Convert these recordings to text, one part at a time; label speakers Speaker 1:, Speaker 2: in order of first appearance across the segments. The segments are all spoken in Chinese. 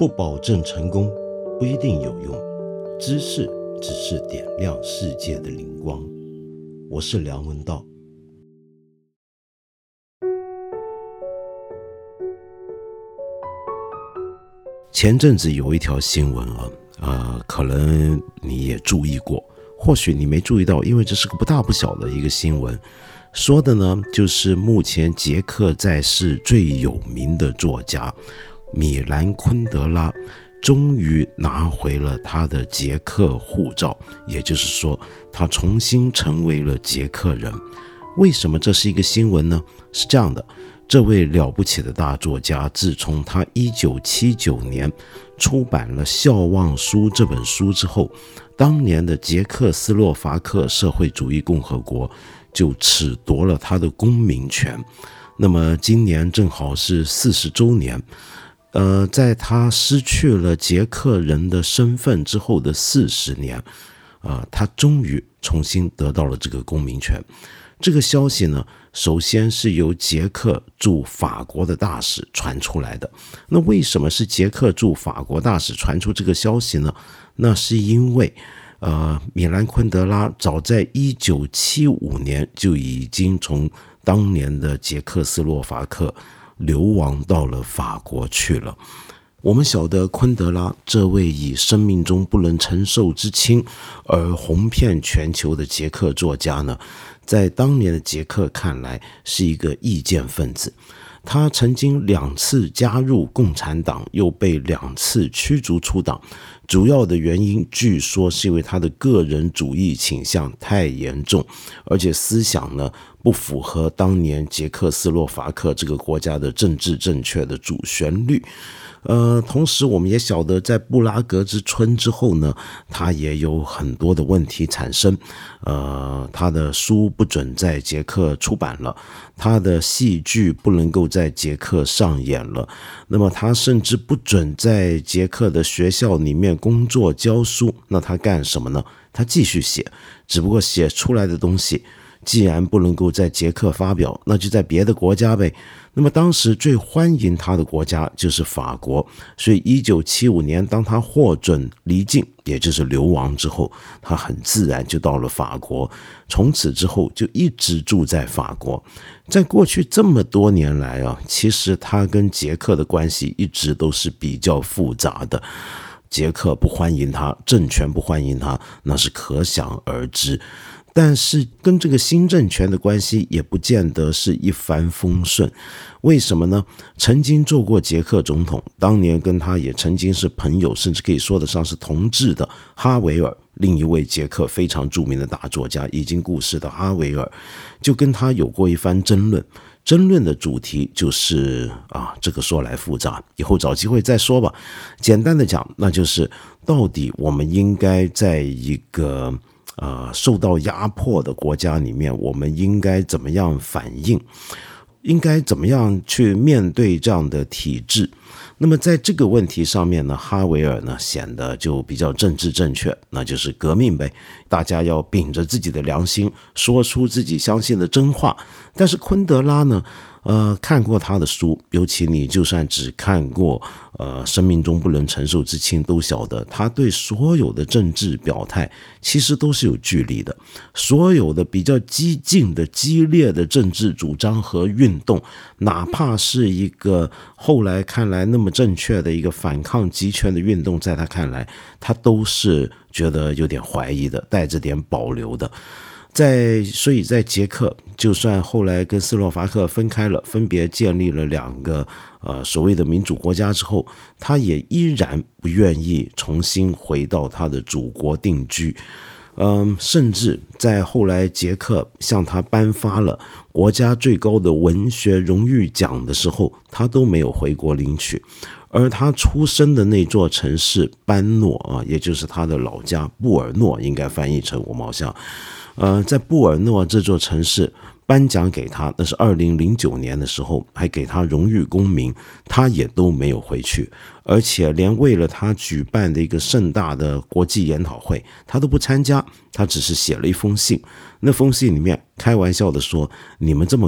Speaker 1: 不保证成功，不一定有用。知识只是点亮世界的灵光。我是梁文道。前阵子有一条新闻可能你也注意过，或许你没注意到，因为这是个不大不小的一个新闻。说的呢，就是目前捷克在世最有名的作家米兰昆德拉终于拿回了他的捷克护照，也就是说他重新成为了捷克人。为什么这是一个新闻呢？是这样的，这位了不起的大作家，自从他1979年出版了《笑忘书》这本书之后，当年的捷克斯洛伐克社会主义共和国就褫夺了他的公民权。那么今年正好是40周年，在他失去了捷克人的身份之后的40年，他终于重新得到了这个公民权。这个消息呢，首先是由捷克驻法国的大使传出来的。那为什么是捷克驻法国大使传出这个消息呢？那是因为米兰昆德拉早在1975年就已经从当年的捷克斯洛伐克流亡到了法国去了。我们晓得昆德拉这位以生命中不能承受之轻而红遍全球的捷克作家呢，在当年的捷克看来是一个意见分子。他曾经2次加入共产党，又被2次驱逐出党，主要的原因据说是因为他的个人主义倾向太严重，而且思想呢不符合当年捷克斯洛伐克这个国家的政治正确的主旋律。同时我们也晓得，在布拉格之春之后呢，他也有很多的问题产生。他的书不准在捷克出版了，他的戏剧不能够在捷克上演了，那么他甚至不准在捷克的学校里面工作教书。那他干什么呢？他继续写，只不过写出来的东西既然不能够在捷克发表，那就在别的国家呗。那么当时最欢迎他的国家就是法国，所以1975年当他获准离境，也就是流亡之后，他很自然就到了法国，从此之后就一直住在法国。在过去这么多年来其实他跟捷克的关系一直都是比较复杂的。捷克不欢迎他，政权不欢迎他，那是可想而知。但是跟这个新政权的关系也不见得是一帆风顺。为什么呢？曾经做过捷克总统，当年跟他也曾经是朋友，甚至可以说得上是同志的哈维尔，另一位捷克非常著名的大作家，已经故世的哈维尔，就跟他有过一番争论。争论的主题就是这个说来复杂，以后找机会再说吧。简单的讲，那就是到底我们应该在一个受到压迫的国家里面，我们应该怎么样反应，应该怎么样去面对这样的体制。那么在这个问题上面呢，哈维尔呢显得就比较政治正确，那就是革命呗，大家要秉着自己的良心，说出自己相信的真话。但是昆德拉呢看过他的书，尤其你就算只看过生命中不能承受之轻，都晓得他对所有的政治表态其实都是有距离的。所有的比较激进的激烈的政治主张和运动，哪怕是一个后来看来那么正确的一个反抗集权的运动，在他看来他都是觉得有点怀疑的，带着点保留的。所以在捷克，就算后来跟斯洛伐克分开了，分别建立了2个所谓的民主国家之后，他也依然不愿意重新回到他的祖国定居。甚至在后来捷克向他颁发了国家最高的文学荣誉奖的时候，他都没有回国领取。而他出生的那座城市班诺也就是他的老家布尔诺，应该翻译成我们好像在布尔诺这座城市颁奖给他，那是2009年的时候，还给他荣誉公民，他也都没有回去，而且连为了他举办的一个盛大的国际研讨会他都不参加，他只是写了一封信。那封信里面开玩笑的说，你们这么搞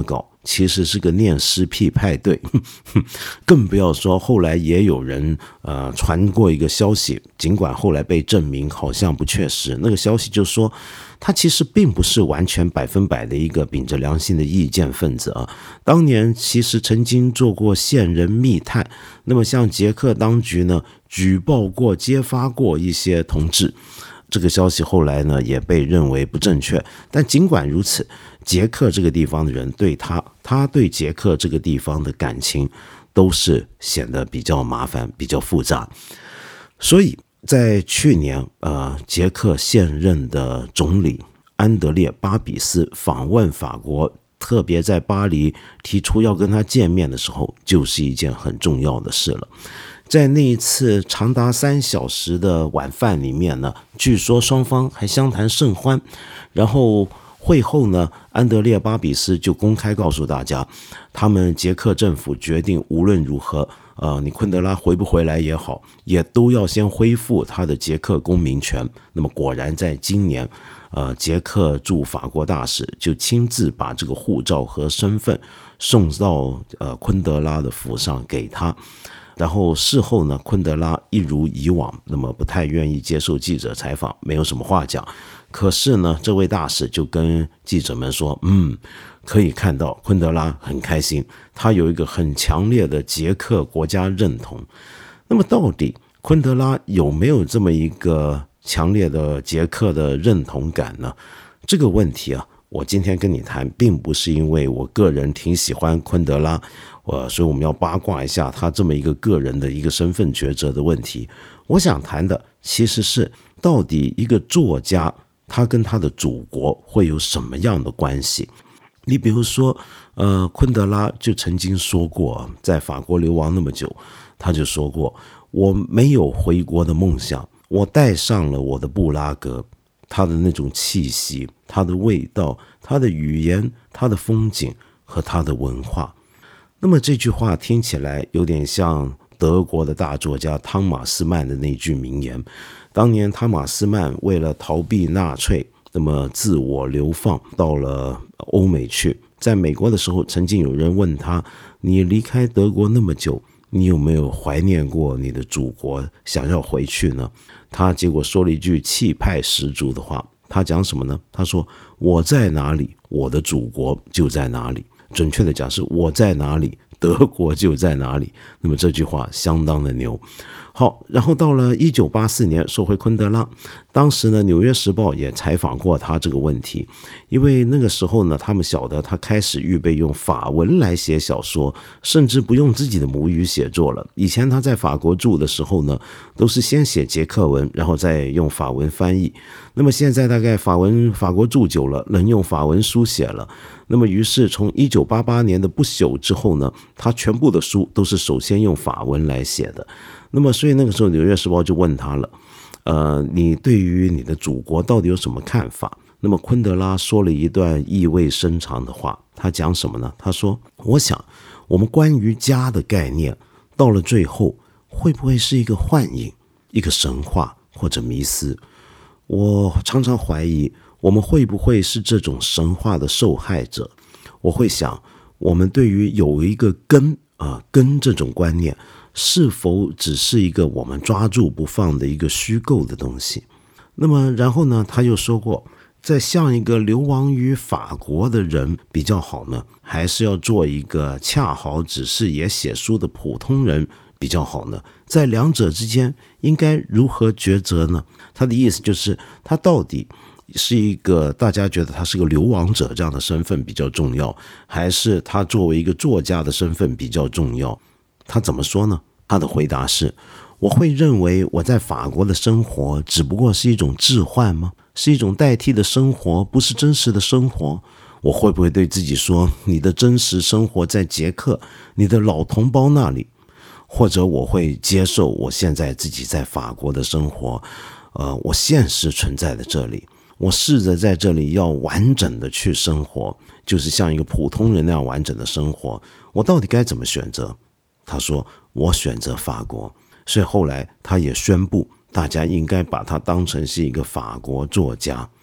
Speaker 1: 其实是个念诗癖派对，更不要说后来也有人传过一个消息，尽管后来被证明好像不确实，那个消息就说他其实并不是完全100%的一个秉着良心的意见分子啊。当年其实曾经做过线人密探，那么像捷克当局呢举报过揭发过一些同志，这个消息后来呢也被认为不正确，但尽管如此，捷克这个地方的人对他对捷克这个地方的感情都是显得比较麻烦比较复杂。所以在去年捷克现任的总理安德烈·巴比斯访问法国，特别在巴黎提出要跟他见面的时候，就是一件很重要的事了。在那一次长达3小时的晚饭里面呢，据说双方还相谈甚欢。然后会后呢，安德烈·巴比斯就公开告诉大家，他们捷克政府决定无论如何，你昆德拉回不回来也好，也都要先恢复他的捷克公民权。那么果然在今年，捷克驻法国大使就亲自把这个护照和身份送到昆德拉的府上给他。然后事后呢，昆德拉一如以往，那么不太愿意接受记者采访，没有什么话讲。可是呢，这位大使就跟记者们说，可以看到昆德拉很开心，他有一个很强烈的捷克国家认同。那么到底昆德拉有没有这么一个强烈的捷克的认同感呢？这个问题啊，我今天跟你谈，并不是因为我个人挺喜欢昆德拉，所以我们要八卦一下他这么一个个人的一个身份抉择的问题。我想谈的其实是，到底一个作家他跟他的祖国会有什么样的关系？你比如说，昆德拉就曾经说过，在法国流亡那么久，他就说过，我没有回国的梦想，我带上了我的布拉格，他的那种气息，他的味道，他的语言，他的风景和他的文化。那么这句话听起来有点像德国的大作家汤马斯曼的那句名言。当年汤马斯曼为了逃避纳粹，那么自我流放到了欧美去。在美国的时候，曾经有人问他，你离开德国那么久，你有没有怀念过你的祖国，想要回去呢？他结果说了一句气派十足的话，他讲什么呢？他说，我在哪里，我的祖国就在哪里。准确的讲是，我在哪里，德国就在哪里。那么这句话相当的牛。好，然后到了1984年，说回昆德拉，当时呢，《纽约时报》也采访过他这个问题，因为那个时候呢，他们晓得他开始预备用法文来写小说，甚至不用自己的母语写作了。以前他在法国住的时候呢，都是先写捷克文，然后再用法文翻译。那么现在大概法国住久了，能用法文书写了。那么于是从1988年的不朽之后呢，他全部的书都是首先用法文来写的。那么所以那个时候《纽约时报》就问他了，你对于你的祖国到底有什么看法？那么昆德拉说了一段意味深长的话，他讲什么呢？他说，我想我们关于家的概念到了最后会不会是一个幻影，一个神话或者迷思？我常常怀疑我们会不会是这种神话的受害者。我会想，我们对于有一个根这种观念，是否只是一个我们抓住不放的一个虚构的东西？那么然后呢，他又说过，在像一个流亡于法国的人比较好呢，还是要做一个恰好只是也写书的普通人比较好呢？在两者之间应该如何抉择呢？他的意思就是，他到底是一个大家觉得他是个流亡者这样的身份比较重要，还是他作为一个作家的身份比较重要？他怎么说呢？他的回答是，我会认为我在法国的生活只不过是一种置换吗？是一种代替的生活，不是真实的生活。我会不会对自己说，你的真实生活在捷克，你的老同胞那里？或者我会接受我现在自己在法国的生活，我现实存在的这里，我试着在这里要完整的去生活，就是像一个普通人那样完整的生活，我到底该怎么选择？他说，我选择法国。所以后来他也宣布，大家应该把他当成是一个法国作家。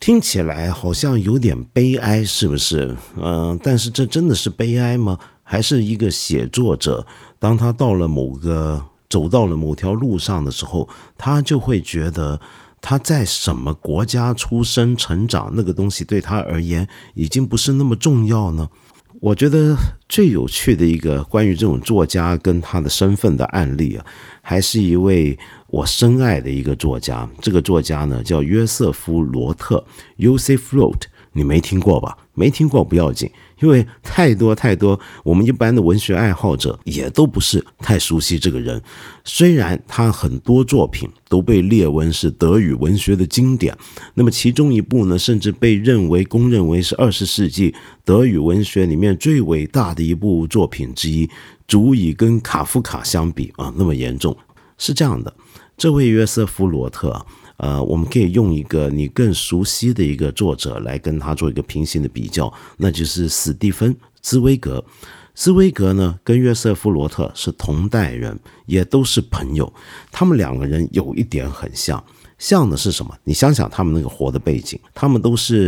Speaker 1: 听起来好像有点悲哀，是不是？但是这真的是悲哀吗？还是一个写作者，当他走到了某条路上的时候，他就会觉得他在什么国家出生成长，那个东西对他而言已经不是那么重要呢？我觉得最有趣的一个关于这种作家跟他的身份的案例啊，还是一位我深爱的一个作家。这个作家呢叫约瑟夫·罗特 （Joseph Roth），你没听过吧？没听过不要紧，因为太多我们一般的文学爱好者也都不是太熟悉这个人。虽然他很多作品都被列为是德语文学的经典，那么其中一部呢，甚至被公认为是20世纪德语文学里面最伟大的一部作品之一，足以跟卡夫卡相比啊，那么严重。是这样的，这位约瑟夫·罗特我们可以用一个你更熟悉的一个作者来跟他做一个平行的比较，那就是史蒂芬·茨威格。茨威格呢跟约瑟夫·罗特是同代人，也都是朋友。他们两个人有一点很像的是什么？你想想他们那个活的背景，他们都是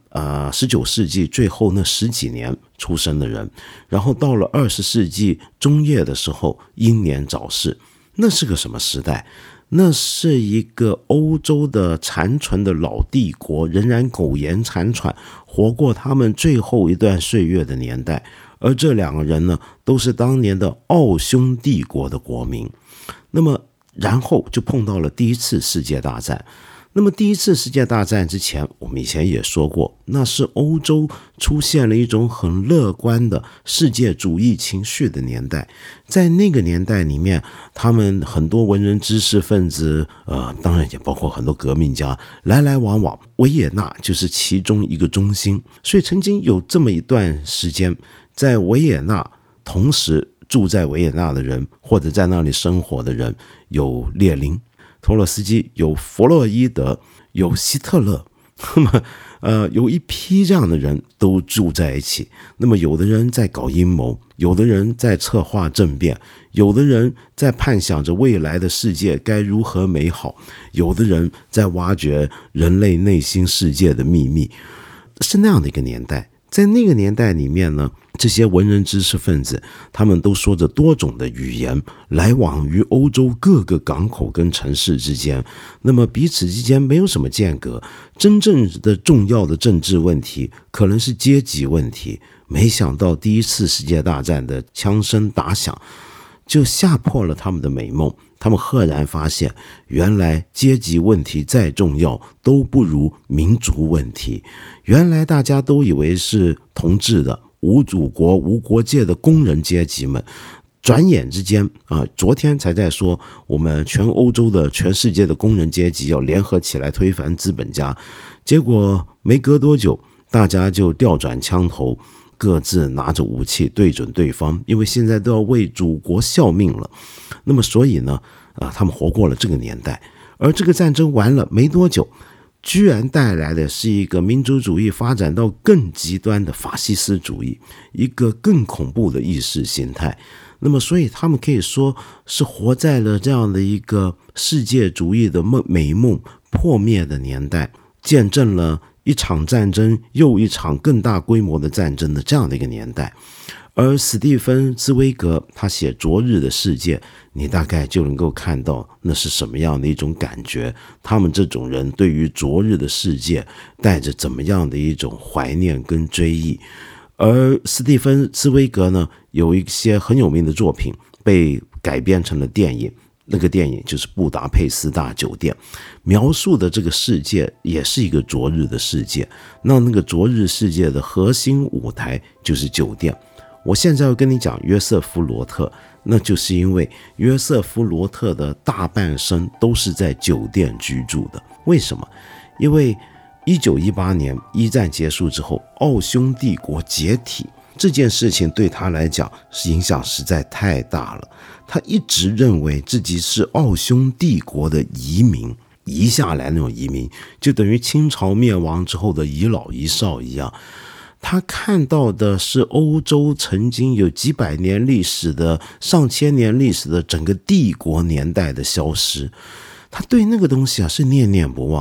Speaker 1: 19世纪最后那10几年出生的人，然后到了20世纪中叶的时候英年早逝。那是个什么时代？那是一个欧洲的残存的老帝国仍然苟延残喘，活过他们最后一段岁月的年代。而这两个人呢，都是当年的奥匈帝国的国民。那么然后就碰到了第一次世界大战。那么第一次世界大战之前，我们以前也说过，那是欧洲出现了一种很乐观的世界主义情绪的年代。在那个年代里面，他们很多文人知识分子当然也包括很多革命家来来往往，维也纳就是其中一个中心。所以曾经有这么一段时间，在维也纳同时住在维也纳的人，或者在那里生活的人，有列宁、托洛斯基，有弗洛伊德，有希特勒，那么有一批这样的人都住在一起。那么有的人在搞阴谋，有的人在策划政变，有的人在盼想着未来的世界该如何美好，有的人在挖掘人类内心世界的秘密。是那样的一个年代。在那个年代里面呢，这些文人知识分子他们都说着多种的语言，来往于欧洲各个港口跟城市之间，那么彼此之间没有什么间隔。真正的重要的政治问题可能是阶级问题。没想到第一次世界大战的枪声打响，就吓破了他们的美梦。他们赫然发现，原来阶级问题再重要都不如民族问题。原来大家都以为是同治的无祖国无国界的工人阶级们，转眼之间昨天才在说我们全欧洲的全世界的工人阶级要联合起来推翻资本家。结果没隔多久，大家就调转枪头，各自拿着武器对准对方，因为现在都要为祖国效命了。那么所以呢他们活过了这个年代。而这个战争完了没多久，居然带来的是一个民族主义发展到更极端的法西斯主义，一个更恐怖的意识形态。那么所以他们可以说是活在了这样的一个世界主义的美梦破灭的年代，见证了一场战争又一场更大规模的战争的这样的一个年代。而史蒂芬·茨威格他写《昨日的世界》，你大概就能够看到那是什么样的一种感觉。他们这种人对于昨日的世界带着怎么样的一种怀念跟追忆。而史蒂芬·茨威格呢，有一些很有名的作品被改编成了电影，那个电影就是《布达佩斯大酒店》，描述的这个世界也是一个昨日的世界。那个昨日世界的核心舞台就是酒店。我现在要跟你讲约瑟夫·罗特，那就是因为约瑟夫·罗特的大半生都是在酒店居住的。为什么？因为1918年一战结束之后，奥匈帝国解体，这件事情对他来讲是影响实在太大了。他一直认为自己是奥匈帝国的移民，移下来那种移民，就等于清朝灭亡之后的遗老遗少一样。他看到的是欧洲曾经有几百年历史的、上千年历史的整个帝国年代的消失。他对那个东西是念念不忘的。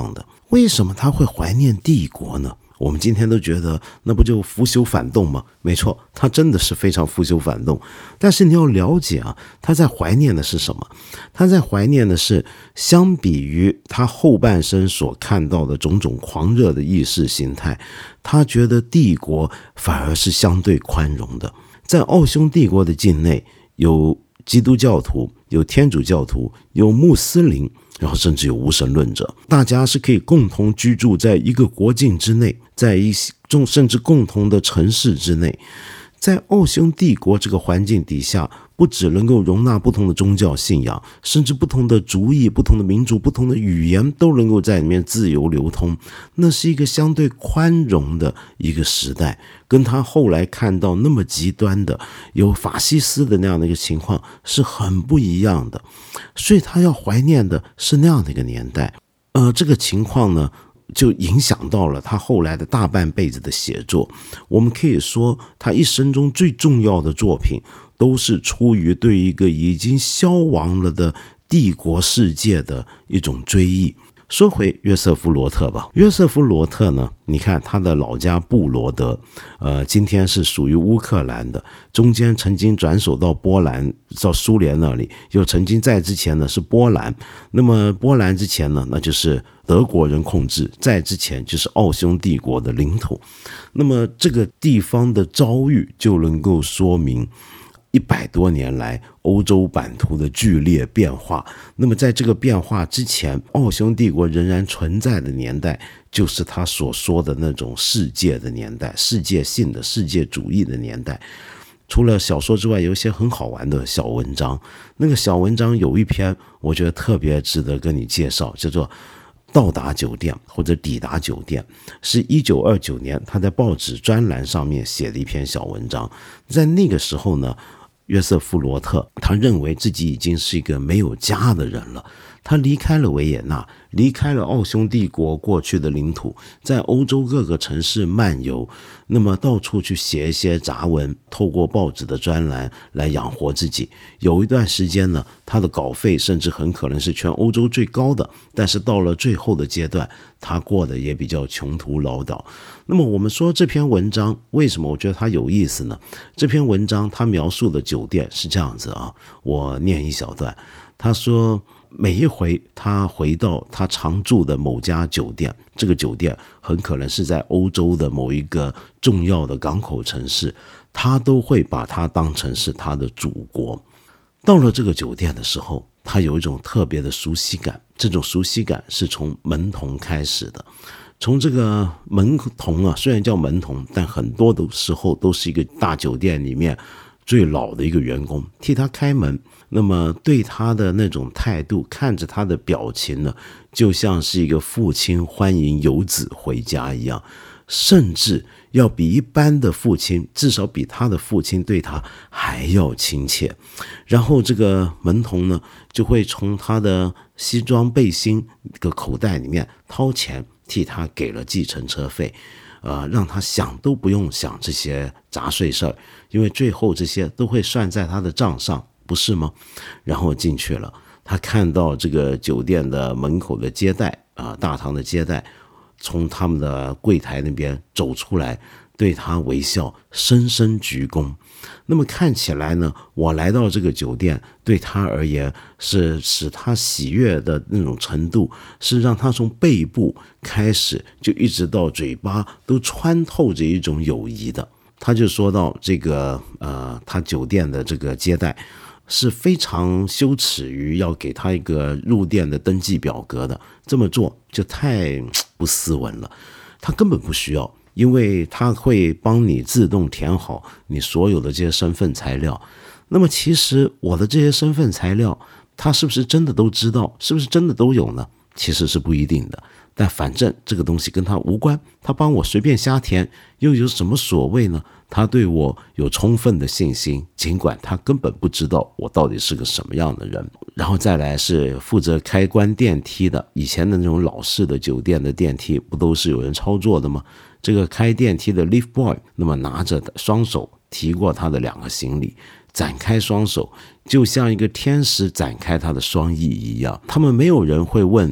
Speaker 1: 为什么他会怀念帝国呢？我们今天都觉得那不就腐朽反动吗？没错，他真的是非常腐朽反动。但是你要了解啊，他在怀念的是什么？他在怀念的是，相比于他后半生所看到的种种狂热的意识形态，他觉得帝国反而是相对宽容的。在奥匈帝国的境内，有基督教徒，有天主教徒，有穆斯林，然后甚至有无神论者，大家是可以共同居住在一个国境之内，在一种甚至共同的城市之内。在奥匈帝国这个环境底下，不只能够容纳不同的宗教信仰，甚至不同的族裔、不同的民族、不同的语言都能够在里面自由流通。那是一个相对宽容的一个时代，跟他后来看到那么极端的有法西斯的那样的一个情况是很不一样的。所以他要怀念的是那样的一个年代。这个情况呢，就影响到了他后来的大半辈子的写作。我们可以说，他一生中最重要的作品都是出于对一个已经消亡了的帝国世界的一种追忆。说回约瑟夫·罗特吧，约瑟夫·罗特呢，你看他的老家布罗德，今天是属于乌克兰的，中间曾经转手到波兰，到苏联那里，又曾经在之前呢是波兰，那么波兰之前呢，那就是德国人控制，在之前就是奥匈帝国的领土。那么这个地方的遭遇就能够说明100多年来欧洲版图的剧烈变化。那么在这个变化之前，奥匈帝国仍然存在的年代，就是他所说的那种世界的年代，世界性的世界主义的年代。除了小说之外，有一些很好玩的小文章。那个小文章有一篇我觉得特别值得跟你介绍，叫做到达酒店或者抵达酒店，是1929年他在报纸专栏上面写的一篇小文章。在那个时候呢，约瑟夫·罗特他认为自己已经是一个没有家的人了。他离开了维也纳，离开了奥匈帝国过去的领土，在欧洲各个城市漫游，那么到处去写一些杂文，透过报纸的专栏来养活自己。有一段时间呢，他的稿费甚至很可能是全欧洲最高的，但是到了最后的阶段，他过得也比较穷途潦倒。那么我们说这篇文章为什么我觉得它有意思呢？这篇文章他描述的酒店是这样子啊，我念一小段。他说，每一回他回到他常住的某家酒店，这个酒店很可能是在欧洲的某一个重要的港口城市，他都会把它当成是他的祖国。到了这个酒店的时候，他有一种特别的熟悉感，这种熟悉感是从门童开始的。从这个门童啊，虽然叫门童，但很多的时候都是一个大酒店里面最老的一个员工替他开门。那么对他的那种态度，看着他的表情呢，就像是一个父亲欢迎游子回家一样，甚至要比一般的父亲，至少比他的父亲对他还要亲切。然后这个门童呢，就会从他的西装背心的口袋里面掏钱，替他给了计程车费，让他想都不用想这些杂碎事儿，因为最后这些都会算在他的账上，不是吗？然后进去了，他看到这个酒店的门口的接待大堂的接待从他们的柜台那边走出来，对他微笑，深深鞠躬。那么看起来呢，我来到这个酒店对他而言是使他喜悦的那种程度，是让他从背部开始就一直到嘴巴都穿透着一种友谊的。他就说到这个他酒店的这个接待是非常羞耻于要给他一个入店的登记表格的，这么做就太不斯文了。他根本不需要，因为他会帮你自动填好你所有的这些身份材料。那么其实我的这些身份材料，他是不是真的都知道，是不是真的都有呢？其实是不一定的。但反正这个东西跟他无关，他帮我随便瞎填又有什么所谓呢？他对我有充分的信心，尽管他根本不知道我到底是个什么样的人。然后再来是负责开关电梯的，以前的那种老式的酒店的电梯不都是有人操作的吗？这个开电梯的 lift boy 那么拿着双手提过他的2个行李，展开双手，就像一个天使展开他的双翼一样。他们没有人会问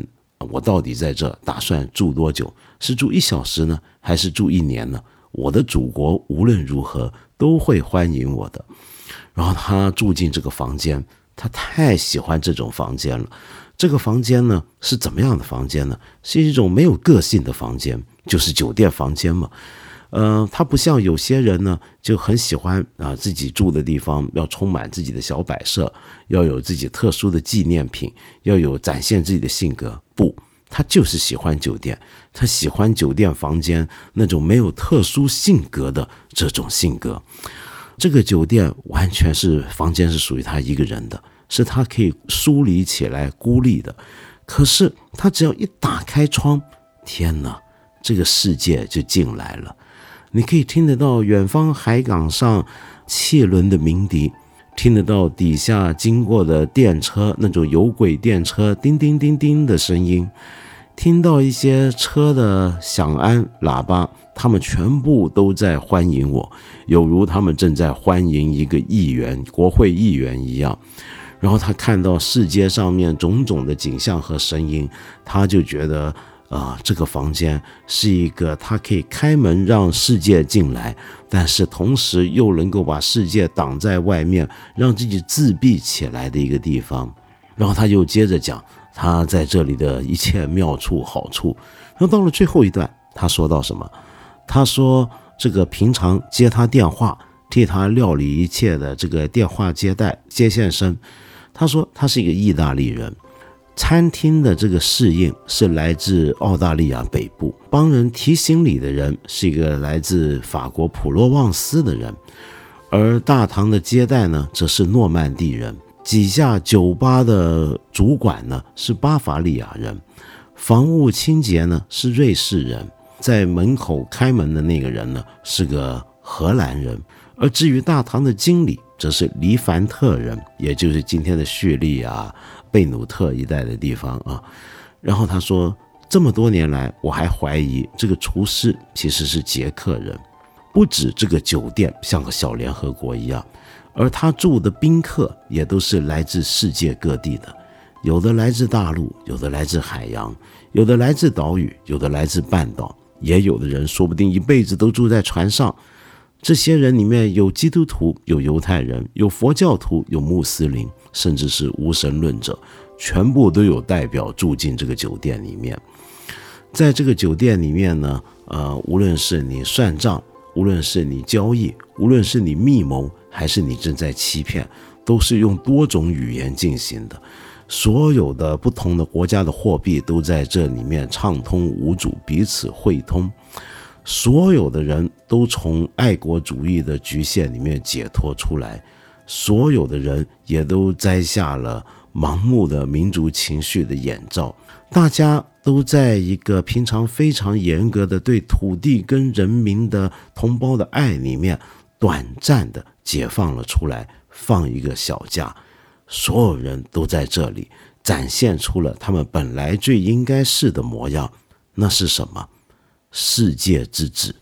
Speaker 1: 我到底在这打算住多久？是住1小时呢，还是住1年呢？我的祖国无论如何都会欢迎我的。然后他住进这个房间，他太喜欢这种房间了。这个房间呢，是怎么样的房间呢？是一种没有个性的房间，就是酒店房间嘛。他不像有些人呢，就很喜欢自己住的地方要充满自己的小摆设，要有自己特殊的纪念品，要有展现自己的性格。不，他就是喜欢酒店，他喜欢酒店房间那种没有特殊性格的这种性格。这个酒店完全是房间是属于他一个人的，是他可以疏离起来孤立的。可是他只要一打开窗，天哪，这个世界就进来了。你可以听得到远方海港上汽轮的鸣笛，听得到底下经过的电车，那种有轨电车叮叮叮叮的声音，听到一些车的响安喇叭，他们全部都在欢迎我，有如他们正在欢迎一个议员、国会议员一样。然后他看到世界上面种种的景象和声音，他就觉得这个房间是一个他可以开门让世界进来，但是同时又能够把世界挡在外面，让自己自闭起来的一个地方。然后他又接着讲他在这里的一切妙处好处。然后到了最后一段，他说到什么？他说这个平常接他电话替他料理一切的这个电话接线生，他说他是一个意大利人，餐厅的这个侍应是来自澳大利亚北部，帮人提行李的人是一个来自法国普罗旺斯的人，而大堂的接待呢则是诺曼底人，几下酒吧的主管呢是巴伐利亚人，房屋清洁呢是瑞士人，在门口开门的那个人呢是个荷兰人，而至于大堂的经理则是黎凡特人，也就是今天的叙利亚贝努特一带的地方啊。然后他说，这么多年来我还怀疑这个厨师其实是捷克人。不止这个酒店像个小联合国一样，而他住的宾客也都是来自世界各地的，有的来自大陆，有的来自海洋，有的来自岛屿，有的来自半岛，也有的人说不定一辈子都住在船上。这些人里面有基督徒，有犹太人，有佛教徒，有穆斯林，甚至是无神论者，全部都有代表住进这个酒店里面。在这个酒店里面呢，无论是你算账，无论是你交易，无论是你密谋，还是你正在欺骗，都是用多种语言进行的。所有的不同的国家的货币都在这里面畅通无阻，彼此汇通。所有的人都从爱国主义的局限里面解脱出来，所有的人也都摘下了盲目的民族情绪的眼罩，大家都在一个平常非常严格的对土地跟人民的同胞的爱里面，短暂的解放了出来，放一个小假。所有人都在这里展现出了他们本来最应该是的模样。那是什么？世界之子。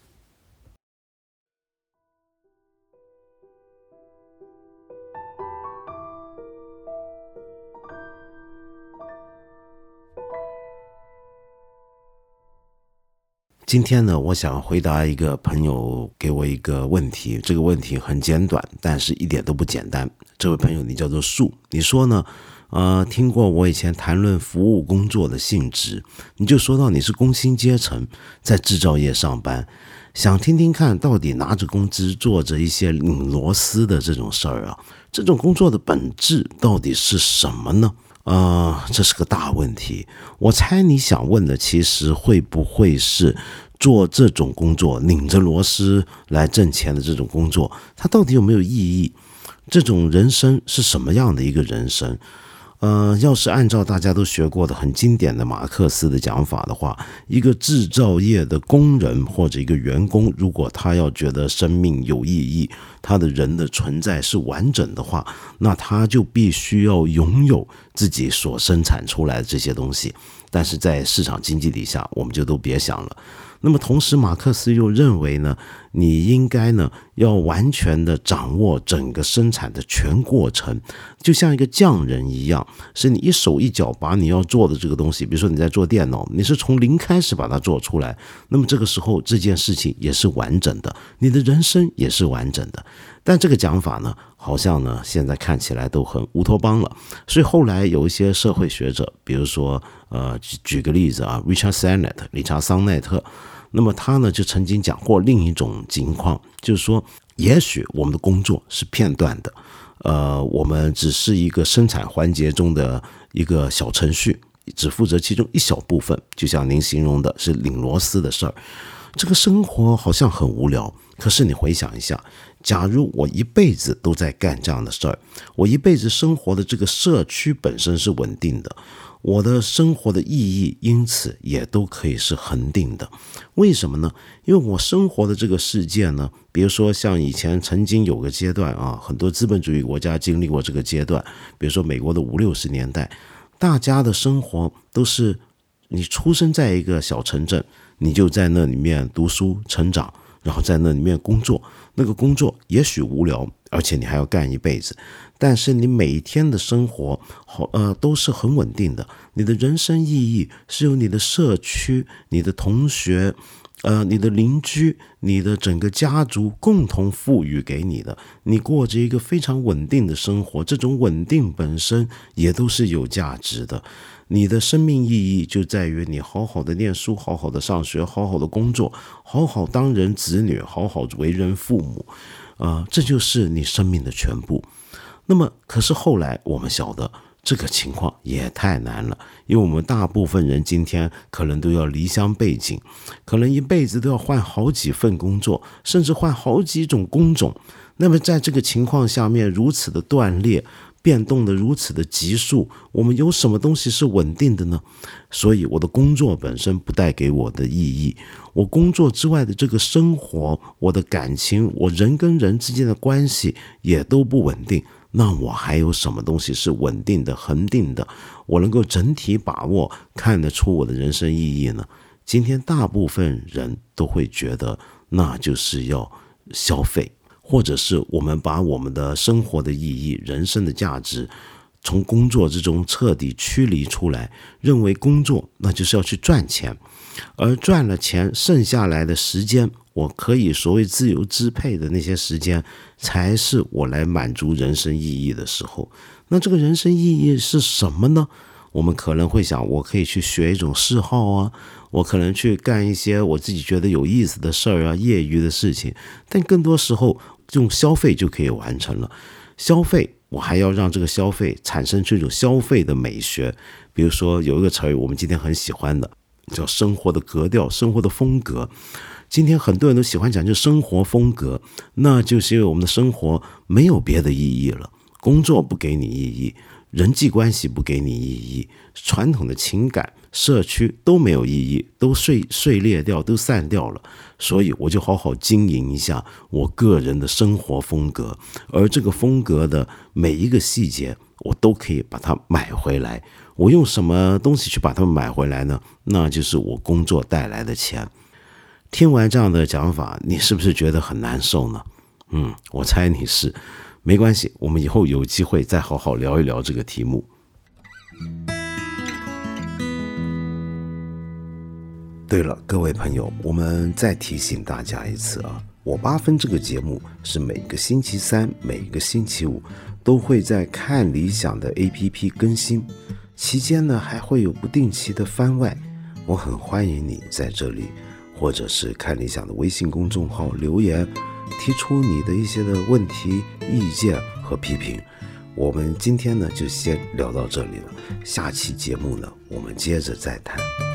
Speaker 1: 今天呢，我想回答一个朋友给我一个问题，这个问题很简短，但是一点都不简单。这位朋友你叫做树，你说呢？听过我以前谈论服务工作的性质，你就说到你是工薪阶层，在制造业上班，想听听看到底拿着工资做着一些拧螺丝的这种事儿啊，这种工作的本质到底是什么呢？这是个大问题。我猜你想问的其实会不会是做这种工作拧着螺丝来挣钱的这种工作，它到底有没有意义？这种人生是什么样的一个人生？要是按照大家都学过的很经典的马克思的讲法的话，一个制造业的工人或者一个员工，如果他要觉得生命有意义，他的人的存在是完整的话，那他就必须要拥有自己所生产出来的这些东西。但是在市场经济底下，我们就都别想了。那么同时马克思又认为呢， 你应该呢要完全的掌握整个生产的全过程，就像一个匠人一样，是你一手一脚把你要做的这个东西，比如说你在做电脑，你是从零开始把它做出来，那么这个时候这件事情也是完整的，你的人生也是完整的。但这个讲法呢，好像呢现在看起来都很乌托邦了，所以后来有一些社会学者，比如说举个例子啊 Richard Sennett 理查桑奈特，那么他呢就曾经讲过另一种情况，就是说也许我们的工作是片段的，我们只是一个生产环节中的一个小程序，只负责其中一小部分，就像您形容的是拧螺丝的事儿。这个生活好像很无聊，可是你回想一下，假如我一辈子都在干这样的事儿，我一辈子生活的这个社区本身是稳定的，我的生活的意义因此也都可以是恒定的。为什么呢？因为我生活的这个世界呢，比如说像以前曾经有个阶段啊，很多资本主义国家经历过这个阶段，比如说美国的50、60年代，大家的生活都是你出生在一个小城镇，你就在那里面读书成长，然后在那里面工作，那个工作也许无聊，而且你还要干一辈子，但是你每一天的生活都是很稳定的，你的人生意义是由你的社区、你的同学、你的邻居、你的整个家族共同赋予给你的，你过着一个非常稳定的生活，这种稳定本身也都是有价值的。你的生命意义就在于你好好的念书，好好的上学，好好的工作，好好当人子女，好好为人父母，这就是你生命的全部。那么可是后来我们晓得这个情况也太难了，因为我们大部分人今天可能都要离乡背井，可能一辈子都要换好几份工作，甚至换好几种工种。那么在这个情况下面如此的断裂，变动的如此的急速，我们有什么东西是稳定的呢？所以我的工作本身不带给我的意义，我工作之外的这个生活，我的感情，我人跟人之间的关系也都不稳定，那我还有什么东西是稳定的、恒定的？我能够整体把握，看得出我的人生意义呢？今天大部分人都会觉得，那就是要消费，或者是我们把我们的生活的意义、人生的价值从工作之中彻底驱离出来，认为工作那就是要去赚钱，而赚了钱剩下来的时间，我可以所谓自由支配的那些时间，才是我来满足人生意义的时候。那这个人生意义是什么呢？我们可能会想，我可以去学一种嗜好啊，我可能去干一些我自己觉得有意思的事儿啊，业余的事情，但更多时候用消费就可以完成了。消费我还要让这个消费产生出一种消费的美学，比如说有一个词语我们今天很喜欢的，叫生活的格调、生活的风格。今天很多人都喜欢讲究生活风格，那就是因为我们的生活没有别的意义了，工作不给你意义，人际关系不给你意义，传统的情感、社区都没有意义，都碎裂掉，都散掉了。所以我就好好经营一下我个人的生活风格，而这个风格的每一个细节，我都可以把它买回来。我用什么东西去把它们买回来呢？那就是我工作带来的钱。听完这样的讲法，你是不是觉得很难受呢？我猜你是。没关系，我们以后有机会再好好聊一聊这个题目。对了，各位朋友，我们再提醒大家一次啊，我8分这个节目是每个星期三、每个星期五都会在看理想的 APP 更新，期间呢还会有不定期的番外，我很欢迎你在这里或者是看理想的微信公众号留言，提出你的一些的问题、意见和批评。我们今天呢就先聊到这里了，下期节目呢我们接着再谈。